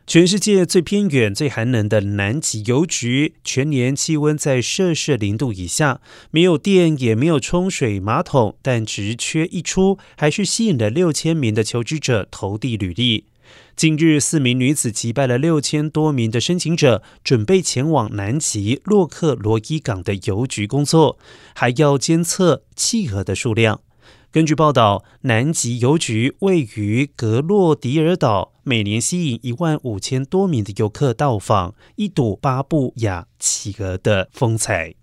全世界最偏远、最寒冷的南极邮局，全年气温在摄氏0度以下，没有电，也没有冲水马桶，但职缺一出，还是吸引了6000名的求职者投递履历。近日，4名女子击败了6000多名的申请者，准备前往南极洛克罗伊港的邮局工作，还要监测企鹅的数量。根据报道，南极邮局位于格洛迪尔岛，每年吸引15000多名的游客到访，一睹巴布亚企鹅的风采。